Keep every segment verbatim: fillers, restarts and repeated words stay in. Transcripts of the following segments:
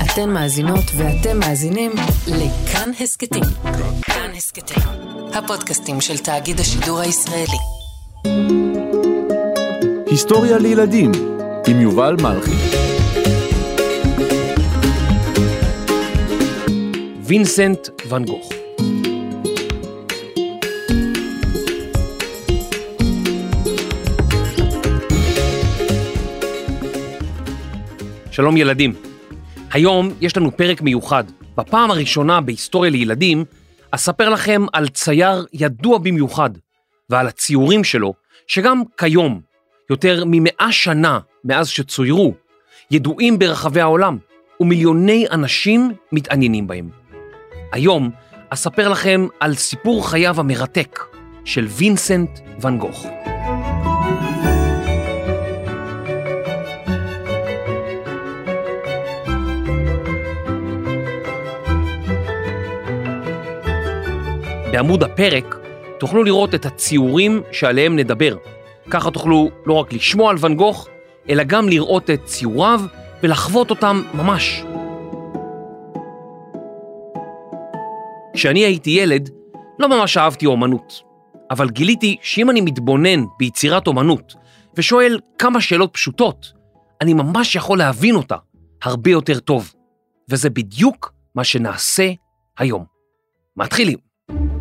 אתן מאזינות ואתם מאזינים לכאן הסקטים. כאן הסקטים, הפודקאסטים של תאגיד השידור הישראלי. היסטוריה לילדים עם יובל מלכי. וינסנט ואן גוך. שלום ילדים. היום יש לנו פרק מיוחד. בפעם הראשונה בהיסטוריה לילדים אספר לכם על צייר ידוע במיוחד ועל הציורים שלו, שגם כיום, יותר ממאה שנה מאז שצוירו, ידועים ברחבי העולם ומיליוני אנשים מתעניינים בהם. היום אספר לכם על סיפור חייו המרתק של וינסנט ואן גוך. בעמוד הפרק תוכלו לראות את הציורים שעליהם נדבר. ככה תוכלו לא רק לשמוע על ואן גוך, אלא גם לראות את ציוריו ולחוות אותם ממש. כשאני הייתי ילד, לא ממש אהבתי אומנות, אבל גיליתי שאם אני מתבונן ביצירת אומנות ושואל כמה שאלות פשוטות, אני ממש יכול להבין אותה הרבה יותר טוב. וזה בדיוק מה שנעשה היום. מתחילים.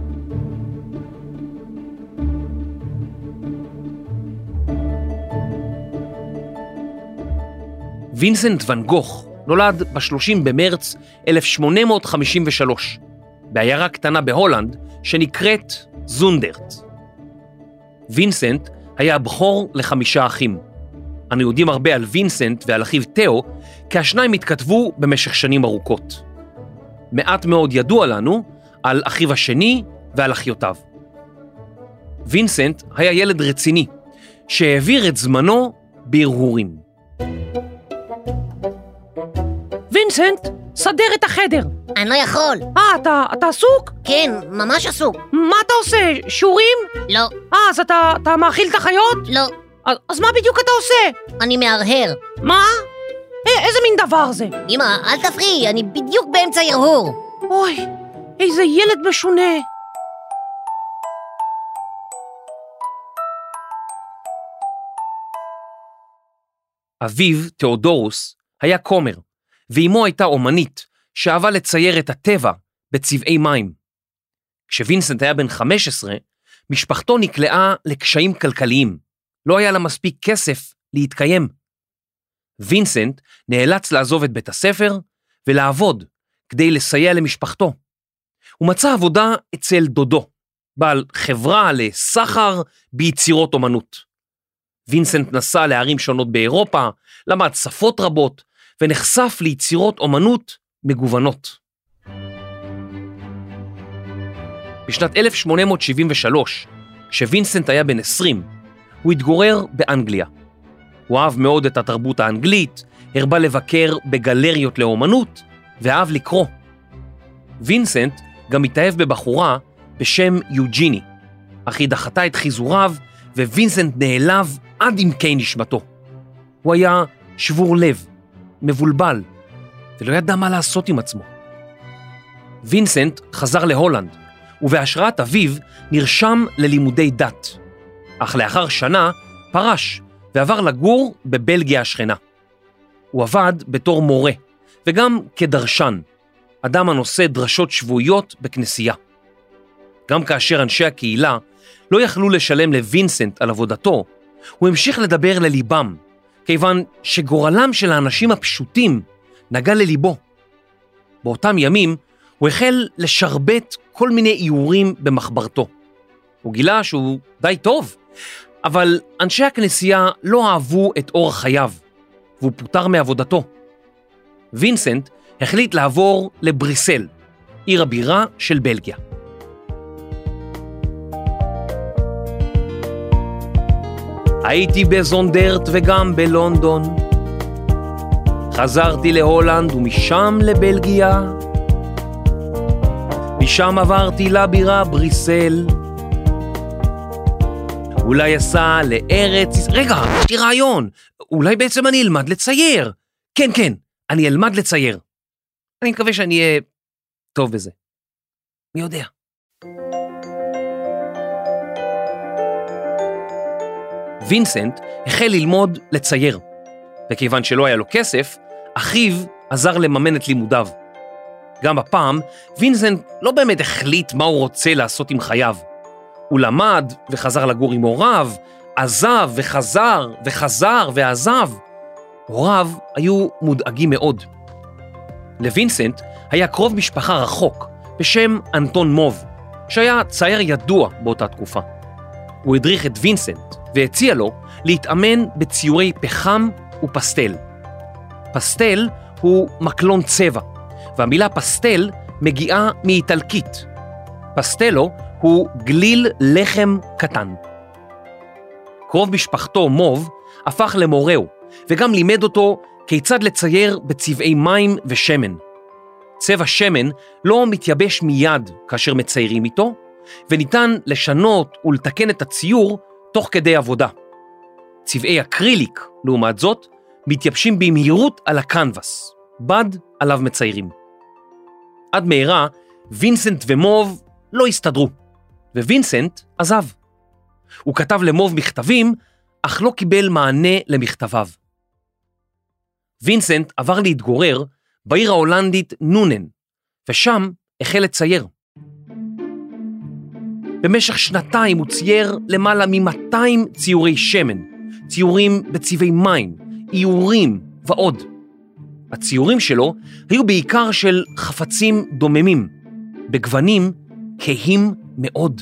וינסנט ואן גוך נולד ב-שלושים במרץ אלף שמונה מאות חמישים ושלוש, בעיירה קטנה בהולנד שנקראת זונדרט. וינסנט היה הבכור לחמישה אחים. אנו יודעים הרבה על וינסנט ועל אחיו תאו, כי השניים התכתבו במשך שנים ארוכות. מעט מאוד ידוע לנו על אחיו השני ועל אחיותיו. וינסנט היה ילד רציני, שהעביר את זמנו בהרהורים. וינסנט, סדר את החדר. אני לא יכול. אה, אתה, אתה עסוק? כן, ממש עסוק. מה אתה עושה? שיעורים? לא. אה, אז אתה, אתה מאכיל את החיות? לא. אז, אז מה בדיוק אתה עושה? אני מהרהר. מה? א- איזה מין דבר זה? אמא, אל תפריעי, אני בדיוק באמצע הרהור. אוי, איזה ילד משונה. אביו, תיאודורוס, היה כומר, ואימו הייתה אומנית שאהבה לצייר את הטבע בצבעי מים. כשווינסנט היה בן חמש עשרה, משפחתו נקלעה לקשיים כלכליים. לא היה לה מספיק כסף להתקיים. וינסנט נאלץ לעזוב את בית הספר ולעבוד כדי לסייע למשפחתו. הוא מצא עבודה אצל דודו, בעל חברה לסחר ביצירות אומנות. וינסנט נסע לערים שונות באירופה, למד שפות רבות, ונחשף ליצירות אומנות מגוונות. בשנת אלף שמונה מאות שבעים ושלוש, כשווינסנט היה בן עשרים, הוא התגורר באנגליה. הוא אהב מאוד את התרבות האנגלית, הרבה לבקר בגלריות לאומנות, ואהב לקרוא. וינסנט גם התאהב בבחורה בשם יוג'יני, אך היא דחתה את חיזוריו, ווינסנט נעלב עד עמקי נשמתו. הוא היה שבור לב, מבולבל, ולא ידע מה לעשות עם עצמו. וינסנט חזר להולנד, ובהשראת אביו נרשם ללימודי דת. אך לאחר שנה פרש, ועבר לגור בבלגיה השכנה. הוא עבד בתור מורה, וגם כדרשן, אדם הנושא דרשות שבועיות בכנסייה. גם כאשר אנשי הקהילה לא יכלו לשלם לווינסנט על עבודתו, הוא המשיך לדבר לליבם, כיוון שגורלם של האנשים הפשוטים נגע לליבו. באותם ימים הוא החל לשרבט כל מיני איורים במחברתו. הוא גילה שהוא די טוב, אבל אנשי הכנסייה לא אהבו את אורח חייו, והוא פוטר מעבודתו. וינסנט החליט לעבור לבריסל, עיר הבירה של בלגיה. הייתי בזונדרט וגם בלונדון, חזרתי להולנד ומשם לבלגיה, משם עברתי לבירה בריסל, אולי אסע לארץ... רגע, יש לי רעיון, אולי בעצם אני אלמד לצייר. כן, כן, אני אלמד לצייר. אני מקווה שאני אהיה טוב בזה. מי יודע? וינסנט החל ללמוד לצייר, וכיוון שלא היה לו כסף, אחיו עזר לממן את לימודיו. גם הפעם, וינסנט לא באמת החליט מה הוא רוצה לעשות עם חייו. הוא למד וחזר לגור עם הוריו, עזב וחזר וחזר ועזב. הוריו היו מודאגים מאוד. לוינסנט היה קרוב משפחה רחוק בשם אנטון מוב, שהיה צייר ידוע באותה תקופה. הוא הדריך את וינסנט והציע לו להתאמן בציורי פחם ופסטל. פסטל הוא מקלון צבע, והמילה פסטל מגיעה מאיטלקית. פסטלו הוא גליל לחם קטן. קרוב משפחתו מוב הפך למורהו, וגם לימד אותו כיצד לצייר בצבעי מים ושמן. צבע שמן לא מתייבש מיד כאשר מציירים איתו, וניתן לשנות ולתקן את הציור תוך כדי עבודה. צבעי אקריליק, לעומת זאת, מתייבשים במהירות על הקנבס, בד עליו מציירים. עד מהרה, וינסנט ומוב לא הסתדרו, ווינסנט עזב. הוא כתב למוב מכתבים, אך לא קיבל מענה למכתביו. וינסנט עבר להתגורר בעיר ההולנדית נונן, ושם החל לצייר. במשך שנתיים הוא צייר למעלה מ-מאתיים ציורי שמן, ציורים בצבעי מים, איורים ועוד. הציורים שלו היו בעיקר של חפצים דוממים, בגוונים כהים מאוד.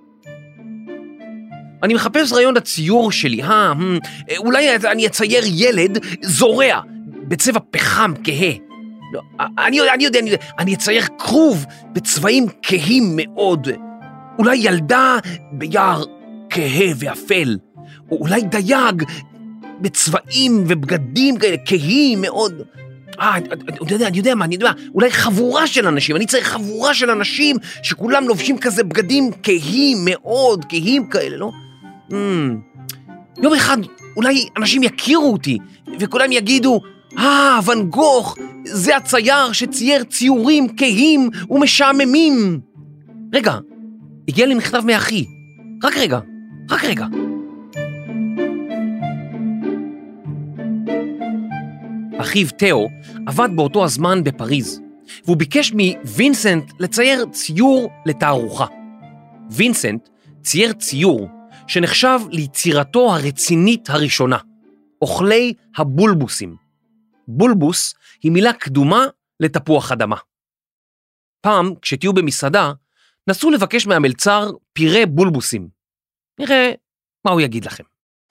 אני מחפש רעיון לציור שלי, אה, אולי אני אצייר ילד זורע בצבע פחם כהה. לא, אני יודע, אני יודע, אני יודע, אני אצייר כרוב בצבעים כהים מאוד. אולי ילדה ביער כהה ואפל, או אולי דייג בצבעים ובגדים כאלה כהים מאוד. אה, אני יודע, אני יודע מה, אני יודע מה, אולי חבורה של אנשים, אני צריך חבורה של אנשים שכולם לובשים כזה בגדים כהים מאוד, כהים כאלה, לא? יום אחד אולי אנשים יכירו אותי, וכולם יגידו, אה, ואן גוך, זה הצייר שצייר ציורים כהים ומשעממים. רגע, הגיע לי מכתב מאחי. רק רגע, רק רגע. אחיו תאו עבד באותו הזמן בפריז, והוא ביקש מווינסנט לצייר ציור לתערוכה. וינסנט צייר ציור שנחשב ליצירתו הרצינית הראשונה, אוכלי הבולבוסים. בולבוס היא מילה קדומה לתפוח אדמה. פעם, כשתהיו במסעדה, נסו לבקש מהמלצר פירה בולבוסים. נראה מה הוא יגיד לכם.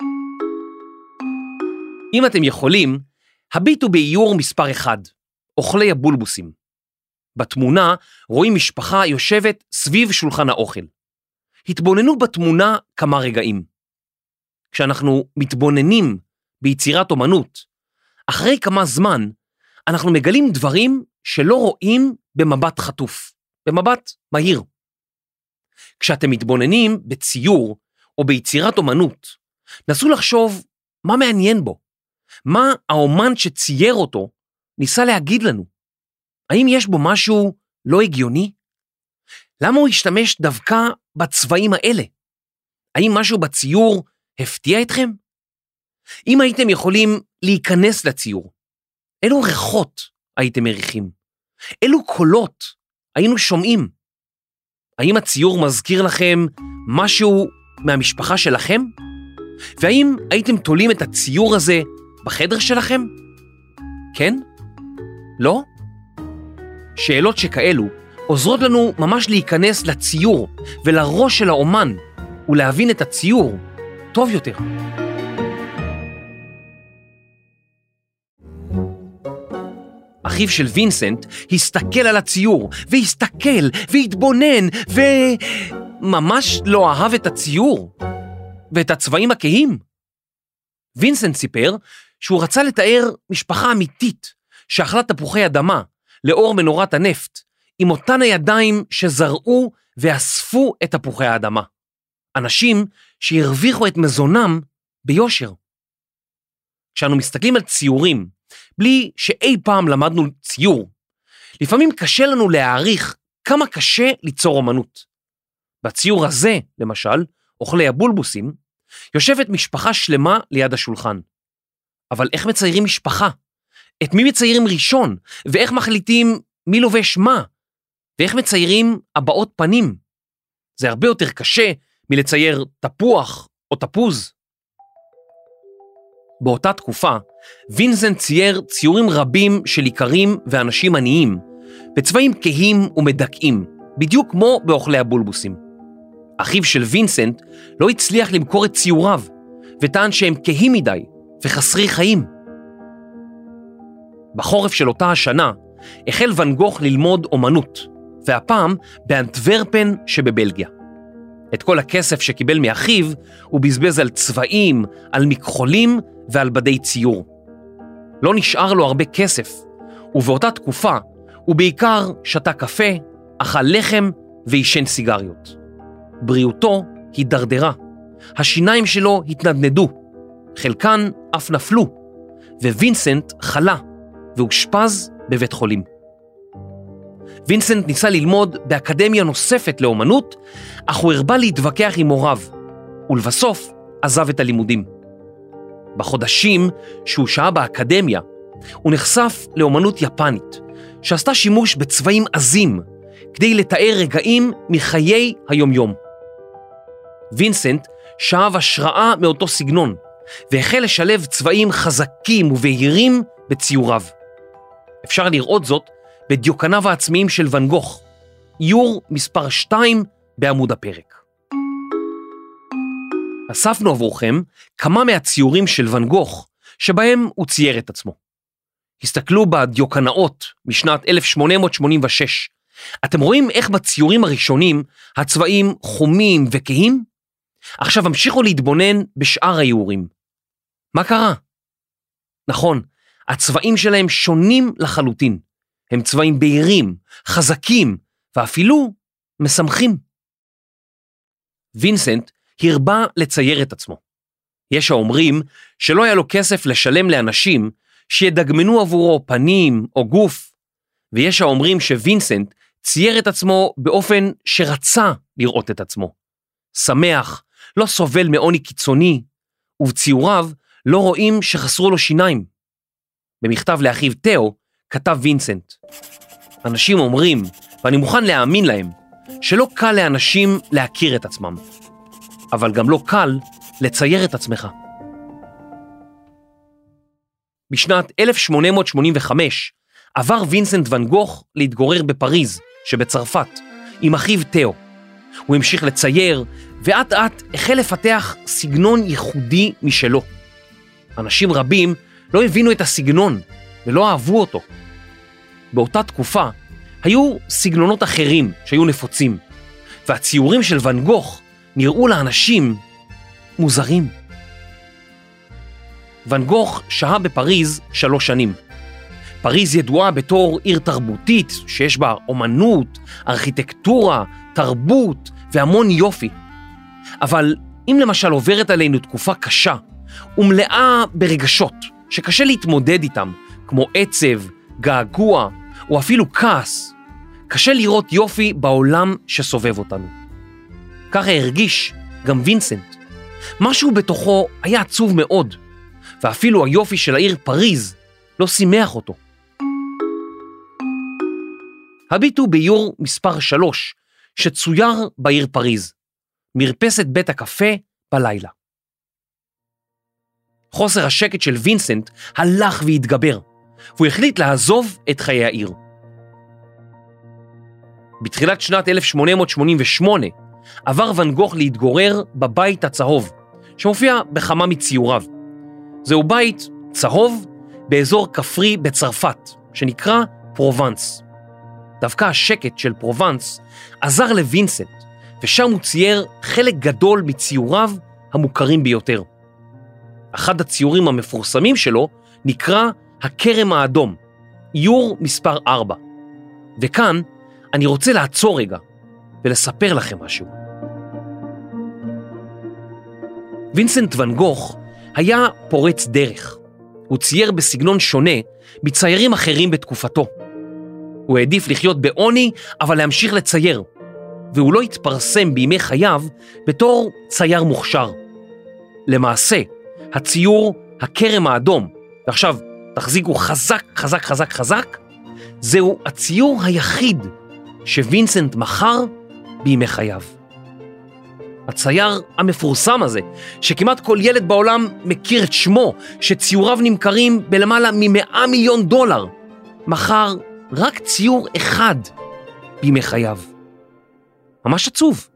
אם אתם יכולים, הביטו באיור מספר אחד, אוכלי הבולבוסים. בתמונה רואים משפחה יושבת סביב שולחן האוכל. התבוננו בתמונה כמה רגעים. כשאנחנו מתבוננים ביצירת אומנות, אחרי כמה זמן אנחנו מגלים דברים שלא רואים במבט חטוף, במבט מהיר. כשאתם מתבוננים בציור או ביצירת אומנות, נסו לחשוב מה מעניין בו, מה האומן שצייר אותו ניסה להגיד לנו. האם יש בו משהו לא הגיוני? למה הוא השתמש דווקא בצבעים האלה? האם משהו בציור הפתיע אתכם? אם הייתם יכולים להיכנס לציור, אילו ריחות הייתם מריחים? אילו קולות היינו שומעים? האם הציור מזכיר לכם משהו מהמשפחה שלכם? והאם הייתם תולים את הציור הזה בחדר שלכם? כן? לא? שאלות שכאלו עוזרות לנו ממש להיכנס לציור ולראש של האומן ולהבין את הציור טוב יותר. אחיו של וינסנט הסתכל על הציור, והסתכל, והתבונן, וממש לא אהב את הציור, ואת הצבעים הכהים. וינסנט סיפר שהוא רצה לתאר משפחה אמיתית, שאכלה תפוחי אדמה, לאור מנורת הנפט, עם אותן הידיים שזרעו ואספו את תפוחי האדמה. אנשים שהרוויחו את מזונם ביושר. כשאנו מסתכלים על ציורים, בלי שאי פעם למדנו ציור, לפעמים קשה לנו להעריך כמה קשה ליצור אומנות. בציור הזה, למשל, אוכלי הבולבוסים, יושבת משפחה שלמה ליד השולחן. אבל איך מציירים משפחה? את מי מציירים ראשון? ואיך מחליטים מי לובש מה? ואיך מציירים הבעות פנים? זה הרבה יותר קשה מלצייר תפוח או תפוז. באותה תקופה, וינסנט צייר ציורים רבים של איכרים ואנשים עניים, בצבעים כהים ומדכאים, בדיוק כמו באוכלי הבולבוסים. אחיו של וינסנט לא הצליח למכור את ציוריו, וטען שהם כהים מדי וחסרי חיים. בחורף של אותה השנה, החל ואן גוך ללמוד אומנות, והפעם באנטוורפן שבבלגיה. את כל הכסף שקיבל מאחיו הוא בזבז על צבעים, על מכחולים ועל בדי ציור. לא נשאר לו הרבה כסף, ובאותה תקופה הוא בעיקר שתה קפה, אכל לחם וישן סיגריות. בריאותו הידרדרה, השיניים שלו התנדנדו, חלקן אף נפלו, ווינסנט חלה והושפז בבית חולים. וינסנט ניסה ללמוד באקדמיה נוספת לאומנות, אך הוא הרבה להתווכח עם הוריו, ולבסוף עזב את הלימודים. בחודשים שהוא שהה באקדמיה, הוא נחשף לאומנות יפנית, שעשתה שימוש בצבעים עזים, כדי לתאר רגעים מחיי היומיום. וינסנט שאב השראה מאותו סגנון, והחל לשלב צבעים חזקים ובהירים בציוריו. אפשר לראות זאת בדיוקניו העצמיים של ואן גוך, איור מספר שתיים בעמוד הפרק. אספנו עבורכם כמה מהציורים של ואן גוך, שבהם הוא צייר את עצמו. הסתכלו בדיוקנאות משנת אלף שמונה מאות שמונים ושש. אתם רואים איך בציורים הראשונים הצבעים חומים וכהים? עכשיו המשיכו להתבונן בשאר האיורים. מה קרה? נכון, הצבעים שלהם שונים לחלוטין. הם צבעים בהירים, חזקים, ואפילו משמחים. וינסנט הרבה לצייר את עצמו. יש האומרים שלא היה לו כסף לשלם לאנשים שידגמנו עבורו פנים או גוף, ויש האומרים שווינסנט צייר את עצמו באופן שרצה לראות את עצמו. שמח, לא סובל מעוני קיצוני, ובציוריו לא רואים שחסרו לו שיניים. במכתב לאחיו תאו כתב וינסנט, אנשים אומרים, ואני מוכן להאמין להם, שלא קל לאנשים להכיר את עצמם, אבל גם לא קל לצייר את עצמך. בשנת אלף שמונה מאות שמונים וחמש עבר וינסנט ואן גוך להתגורר בפריז שבצרפת עם אחיו תאו. הוא המשיך לצייר ואט אט החל לפתח סגנון ייחודי משלו. אנשים רבים לא הבינו את הסגנון ולא אהבו אותו. באותה תקופה היו סגנונות אחרים שהיו נפוצים, והציורים של ואן גוך נראו לאנשים מוזרים. ואן גוך שהה בפריז שלוש שנים. פריז ידועה בתור עיר תרבותית שיש בה אומנות, ארכיטקטורה, תרבות והמון יופי. אבל אם למשל עוברת עלינו תקופה קשה ומלאה ברגשות שקשה להתמודד איתם, כמו עצב, געגוע או אפילו כעס, קשה לראות יופי בעולם שסובב אותנו. ככה הרגיש גם וינסנט. משהו בתוכו היה עצוב מאוד, ואפילו היופי של העיר פריז לא שימח אותו. הביטו באיור מספר שלוש, שצויר בעיר פריז, מרפסת בית הקפה בלילה. חוסר השקט של וינסנט הלך והתגבר, והוא החליט לעזוב את חיי העיר. בתחילת שנת אלף שמונה מאות שמונים ושמונה עבר ואן גוך להתגורר בבית הצהוב, שמופיע בכמה מציוריו. זהו בית צהוב באזור כפרי בצרפת, שנקרא פרובנס. דווקא השקט של פרובנס עזר לווינסנט, ושם הוא צייר חלק גדול מציוריו המוכרים ביותר. אחד הציורים המפורסמים שלו נקרא הכרם האדום, איור מספר ארבע. וכאן אני רוצה לעצור רגע ולספר לכם משהו. וינסנט ואן גוך היה פורץ דרך. הוא צייר בסגנון שונה מציירים אחרים בתקופתו. הוא העדיף לחיות בעוני, אבל להמשיך לצייר, והוא לא התפרסם בימי חייו בתור צייר מוכשר. למעשה, הציור הכרם האדום, ועכשיו תחזיקו חזק, חזק, חזק, חזק, זהו הציור היחיד שווינסנט מכר בימי חייו. הצייר המפורסם הזה, שכמעט כל ילד בעולם מכיר את שמו, שציוריו נמכרים בלמעלה ממאה מיליון דולר, מכר רק ציור אחד בימי חייו. ממש עצוב.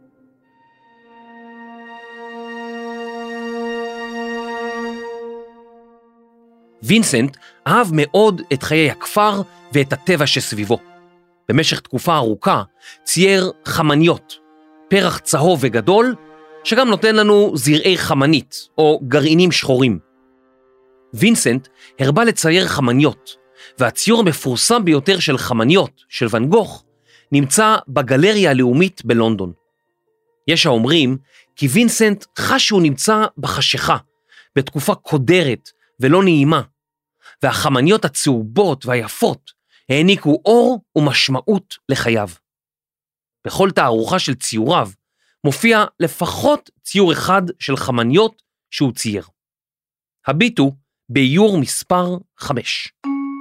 וינסנט אהב מאוד את חיי הכפר ואת הטבע שסביבו. במשך תקופה ארוכה צייר חמניות, פרח צהוב וגדול, שגם נותן לנו זרעי חמנית או גרעינים שחורים. וינסנט הרבה לצייר חמניות, והציור המפורסם ביותר של חמניות של ואן גוך נמצא בגלריה הלאומית בלונדון. יש האומרים כי וינסנט חש שהוא נמצא בחשיכה, בתקופה קודרת ולא נעימה, והחמניות הצהובות והיפות העניקו אור ומשמעות לחייו. בכל תערוכה של ציוריו מופיע לפחות ציור אחד של חמניות שהוא צייר. הביטו באיור מספר חמש.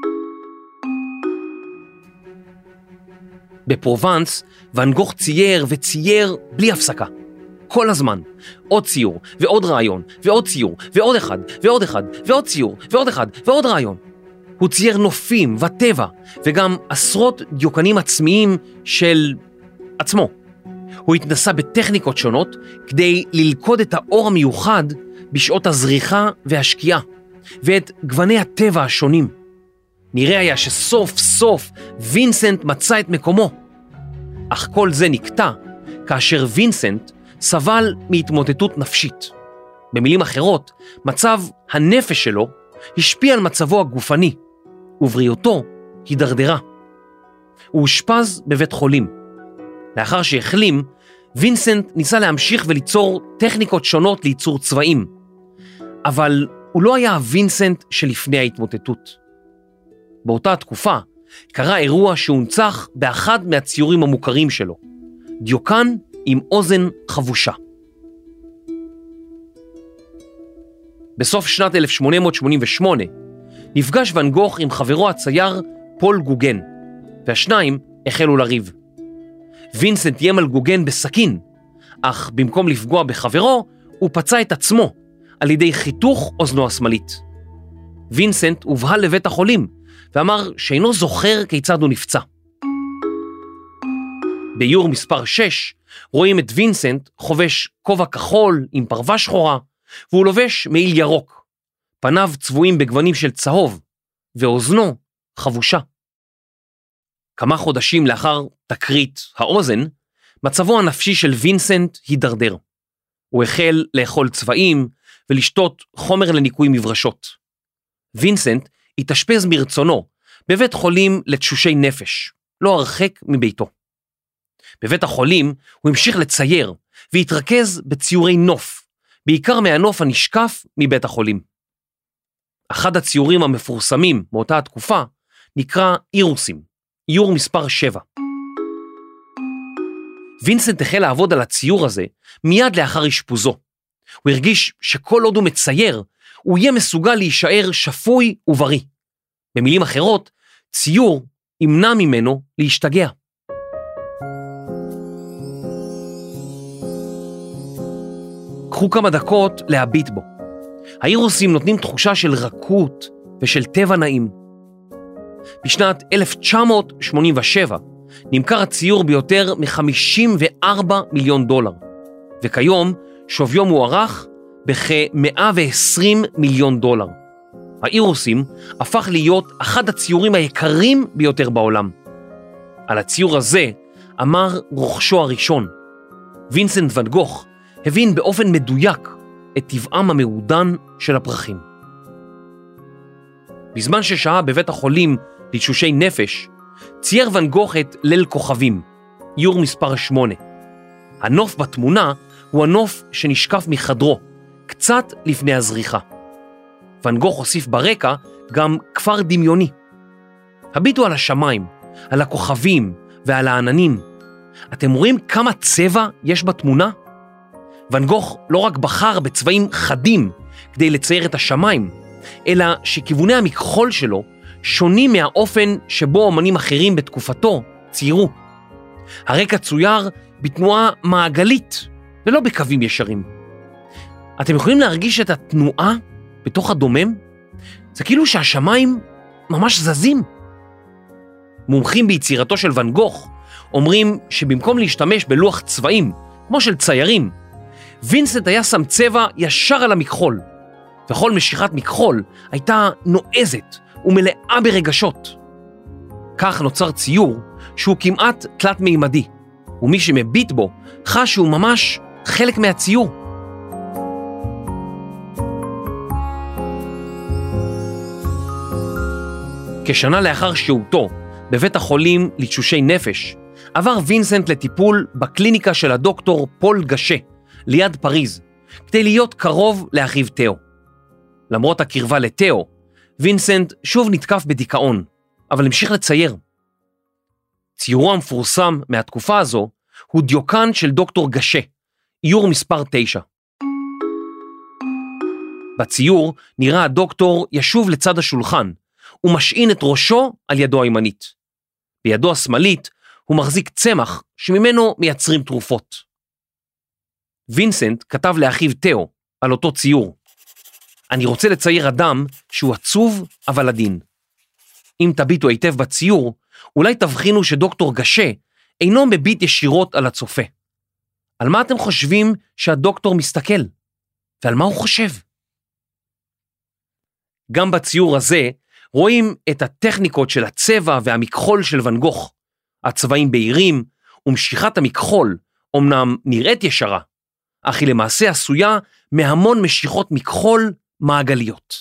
בפרובנס ואן גוך צייר וצייר בלי הפסקה. כל הזמן. עוד ציור ועוד רעיון ועוד ציור ועוד אחד ועוד אחד ועוד ציור ועוד אחד ועוד רעיון. הוא צייר נופים וטבע וגם עשרות דיוקנים עצמיים של עצמו. הוא התנסה בטכניקות שונות כדי ללכוד את האור המיוחד בשעות הזריחה והשקיעה ואת גווני הטבע השונים. נראה היה שסוף סוף וינסנט מצא את מקומו. אך כל זה נקטע כאשר וינסנט סבל מהתמוטטות נפשית. במילים אחרות, מצב הנפש שלו השפיע על מצבו הגופני, ובריאותו הידרדרה. הוא אושפז בבית חולים. לאחר שהחלים, וינסנט ניסה להמשיך וליצור טכניקות שונות לייצור צבעים. אבל הוא לא היה הווינסנט שלפני ההתמוטטות. באותה התקופה קרה אירוע שהונצח באחד מהציורים המוכרים שלו, דיוקן עם אוזן חבושה. בסוף שנת אלף שמונה מאות שמונים ושמונה נפגש ואן גוך עם חברו הצייר פול גוגן, והשניים החלו לריב. וינסנט איים על גוגן בסכין, אך במקום לפגוע בחברו, הוא פצע את עצמו על ידי חיתוך אוזנו השמאלית. וינסנט הובהל לבית החולים, ואמר שאינו זוכר כיצד הוא נפצע. באיור מספר שש רואים את וינסנט חובש כובע כחול עם פרווה שחורה, והוא לובש מעיל ירוק. פניו צבועים בגוונים של צהוב, ואוזנו חבושה. כמה חודשים לאחר תקרית האוזן, מצבו הנפשי של וינסנט הידרדר. הוא החל לאכול צבעים ולשתות חומר לניקוי מברשות. וינסנט התאשפז מרצונו בבית חולים לתשושי נפש, לא הרחק מביתו. בבית החולים הוא המשיך לצייר והתרכז בציורי נוף, בעיקר מהנוף הנשקף מבית החולים. אחד הציורים המפורסמים מאותה התקופה נקרא אירוסים, איור מספר שבע. וינסנט החל לעבוד על הציור הזה מיד לאחר אשפוזו. הוא הרגיש שכל עוד הוא מצייר, הוא יהיה מסוגל להישאר שפוי ובריא. במילים אחרות, ציור ימנע ממנו להשתגע. קחו כמה דקות להביט בו. האירוסים נותנים תחושה של רכות ושל טבע נעים. בשנת אלף תשע מאות שמונים ושבע נמכר הציור ביותר מ-חמישים וארבעה מיליון דולר, וכיום שוויו מוערך בכ-מאה ועשרים מיליון דולר. האירוסים הפך להיות אחד הציורים היקרים ביותר בעולם. על הציור הזה אמר רוכשו הראשון. וינסנט ואן גוך הבין באופן מדויק את טבעם המעודן של הפרחים. בזמן ששהה בבית החולים לתשושי נפש, צייר ואן גוך את ליל כוכבים, איור מספר שמונה. הנוף בתמונה הוא הנוף שנשקף מחדרו, קצת לפני הזריחה. ואן גוך הוסיף ברקע גם כפר דמיוני. הביטו על השמיים, על הכוכבים ועל העננים. אתם רואים כמה צבע יש בתמונה? ואן גוך לא רק בחר בצבעים חדים כדי לצייר את השמיים, אלא שכיווני המכחול שלו שונים מהאופן שבו אמנים אחרים בתקופתו ציירו. הרקע צויר בתנועה מעגלית ולא בקווים ישרים. אתם יכולים להרגיש את התנועה בתוך הדומם? זה כאילו שהשמיים ממש זזים. מומחים ביצירתו של ואן גוך אומרים שבמקום להשתמש בלוח צבעים, כמו של ציירים, וינסנט היה שם צבע ישר על המכחול, וכל משיכת מכחול הייתה נועזת ומלאה ברגשות. כך נוצר ציור שהוא כמעט תלת מימדי, ומי שמביט בו חש שהוא ממש חלק מהציור. כשנה לאחר שהותו בבית החולים לתשושי נפש, עבר וינסנט לטיפול בקליניקה של הדוקטור פול גשה, ליד פריז, כדי להיות קרוב לאחיו תאו. למרות הקרבה לתאו, וינסנט שוב נתקף בדיכאון, אבל המשיך לצייר. ציורו המפורסם מהתקופה הזו הוא דיוקן של דוקטור גשה, איור מספר תשע. בציור נראה הדוקטור ישוב לצד השולחן, ומשעין את ראשו על ידו הימנית. בידו השמאלית הוא מחזיק צמח שממנו מייצרים תרופות. וינסנט כתב לאחיו תאו על אותו ציור: אני רוצה לצייר אדם שהוא עצוב אבל עדין. אם תביטו היטב בציור, אולי תבחינו שדוקטור גשה אינו מביט ישירות על הצופה. על מה אתם חושבים שהדוקטור מסתכל? ועל מה הוא חושב? גם בציור הזה רואים את הטכניקות של הצבע והמכחול של ואן גוך. הצבעים בהירים ומשיכת המכחול אומנם נראית ישרה, אך היא למעשה עשויה מהמון משיכות מכחול מעגליות.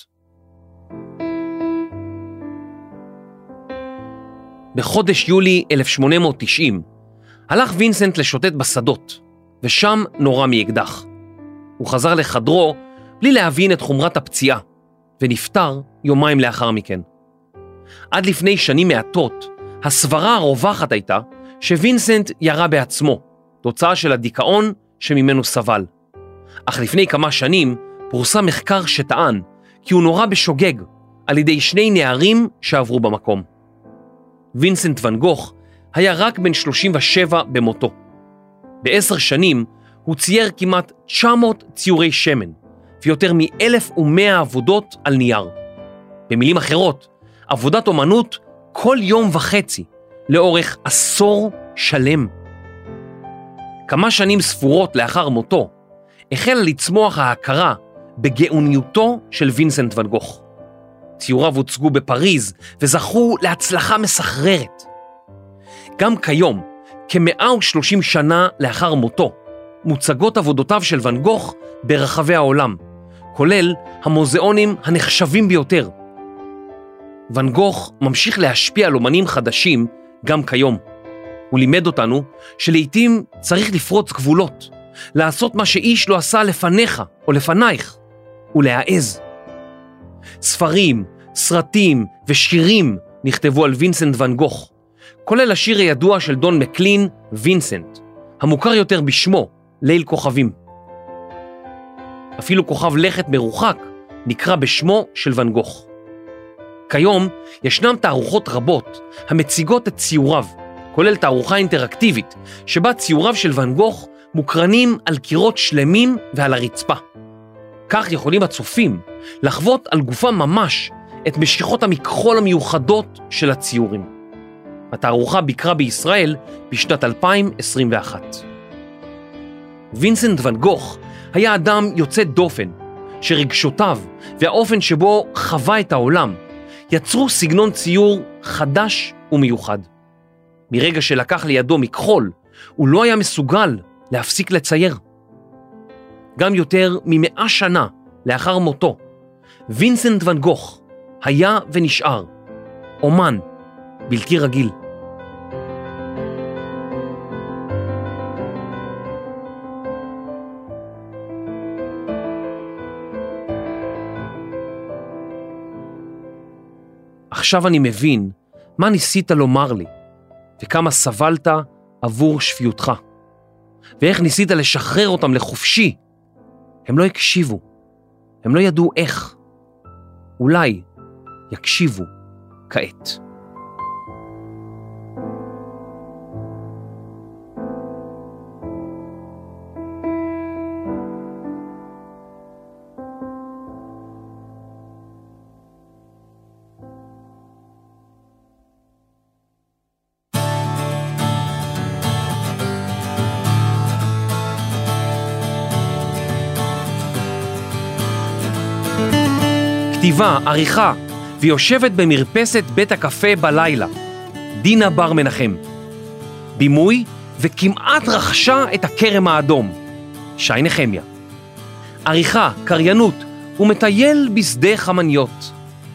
בחודש יולי אלף שמונה מאות תשעים הלך וינסנט לשוטט בשדות, ושם נורה מאקדח. הוא חזר לחדרו בלי להבין את חומרת הפציעה, ונפטר יומיים לאחר מכן. עד לפני שנים מעטות, הסברה הרווחת הייתה שווינסנט ירה בעצמו, תוצאה של הדיכאון שממנו סבל. אך לפני כמה שנים פורסם מחקר שטען כי הוא נורה בשוגג על ידי שני נערים שעברו במקום. וינסנט ואן גוך היה רק בן שלושים ושבע במותו. בעשר שנים הוא צייר כמעט תשע מאות ציורי שמן, ויותר מ-אלף ומאה עבודות על נייר. במילים אחרות, עבודת אומנות כל יום וחצי, לאורך עשור שלם. כמה שנים ספורות לאחר מותו, החלה לצמוח ההכרה בגאוניותו של וינסנט ואן גוך. ציוריו הוצגו בפריז וזכו להצלחה מסחררת. גם כיום, כ-מאה ושלושים שנה לאחר מותו, מוצגות עבודותיו של ואן גוך ברחבי העולם, כולל המוזיאונים הנחשבים ביותר. ואן גוך ממשיך להשפיע על אומנים חדשים גם כיום. הוא לימד אותנו שלעיתים צריך לפרוץ גבולות, לעשות מה שאיש לא עשה לפניך או לפנייך, ולהעז. ספרים, סרטים ושירים נכתבו על וינסנט ואן גוך, כולל השיר הידוע של דון מקלין, וינסנט, המוכר יותר בשמו, ליל כוכבים. אפילו כוכב לכת מרוחק נקרא בשמו של ואן גוך. כיום ישנם תערוכות רבות המציגות את ציוריו, כולל תערוכה אינטראקטיבית, שבה ציוריו של ואן גוך מוקרנים על קירות שלמים ועל הרצפה. כך יכולים הצופים לחוות על גופם ממש את משיכות המכחול המיוחדות של הציורים. התערוכה ביקרה בישראל בשנת אלפיים עשרים ואחת. וינסנט ואן גוך היה אדם יוצא דופן, שרגשותיו והאופן שבו חווה את העולם יצרו סגנון ציור חדש ומיוחד. מרגע שלקח לידו מכחול, הוא לא היה מסוגל להפסיק לצייר. גם יותר ממאה שנה לאחר מותו, וינסנט ואן גוך היה ונשאר אומן בלתי רגיל. עכשיו אני מבין מה ניסית לומר לי וכמה סבלת עבור שפיותך, ואיך ניסית לשחרר אותם לחופשי. הם לא הקשיבו, הם לא ידעו איך. אולי יקשיבו כעת. כתיבה, עריכה, ויושבת במרפסת בית הקפה בלילה, דינה בר מנחם. בימוי, וכמעט רכשה את הכרם האדום, שי נחמיה. עריכה, קריינות, ומטייל בשדה חמניות,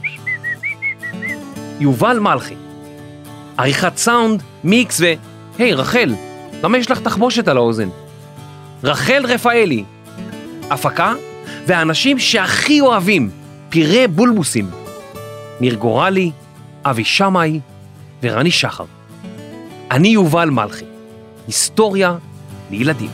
יובל מלכי. עריכת סאונד, מיקס ו... היי, רחל, למה יש לך תחבושת על האוזן? רחל רפאלי. הפקה, והאנשים שהכי אוהבים, פירי בולבוסים, ניר גורלי, אבי שמאי ורני שחר. אני יובל מלכי, היסטוריה לילדים.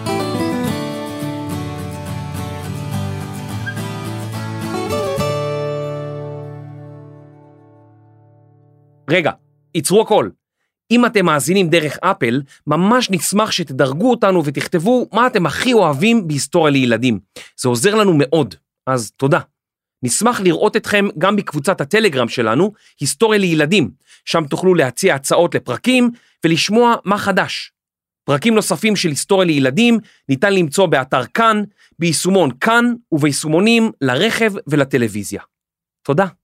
רגע, ייצרו הכל. אם אתם מאזינים דרך אפל, ממש נשמח שתדרגו אותנו ותכתבו מה אתם הכי אוהבים בהיסטוריה לילדים. זה עוזר לנו מאוד, אז תודה. נשמח לראות אתכם גם בקבוצת הטלגרם שלנו, היסטוריה לילדים, שם תוכלו להציע הצעות לפרקים ולשמוע מה חדש. פרקים נוספים של היסטוריה לילדים ניתן למצוא באתר כאן, ביישומון כאן וביישומונים לרכב ולטלוויזיה. תודה.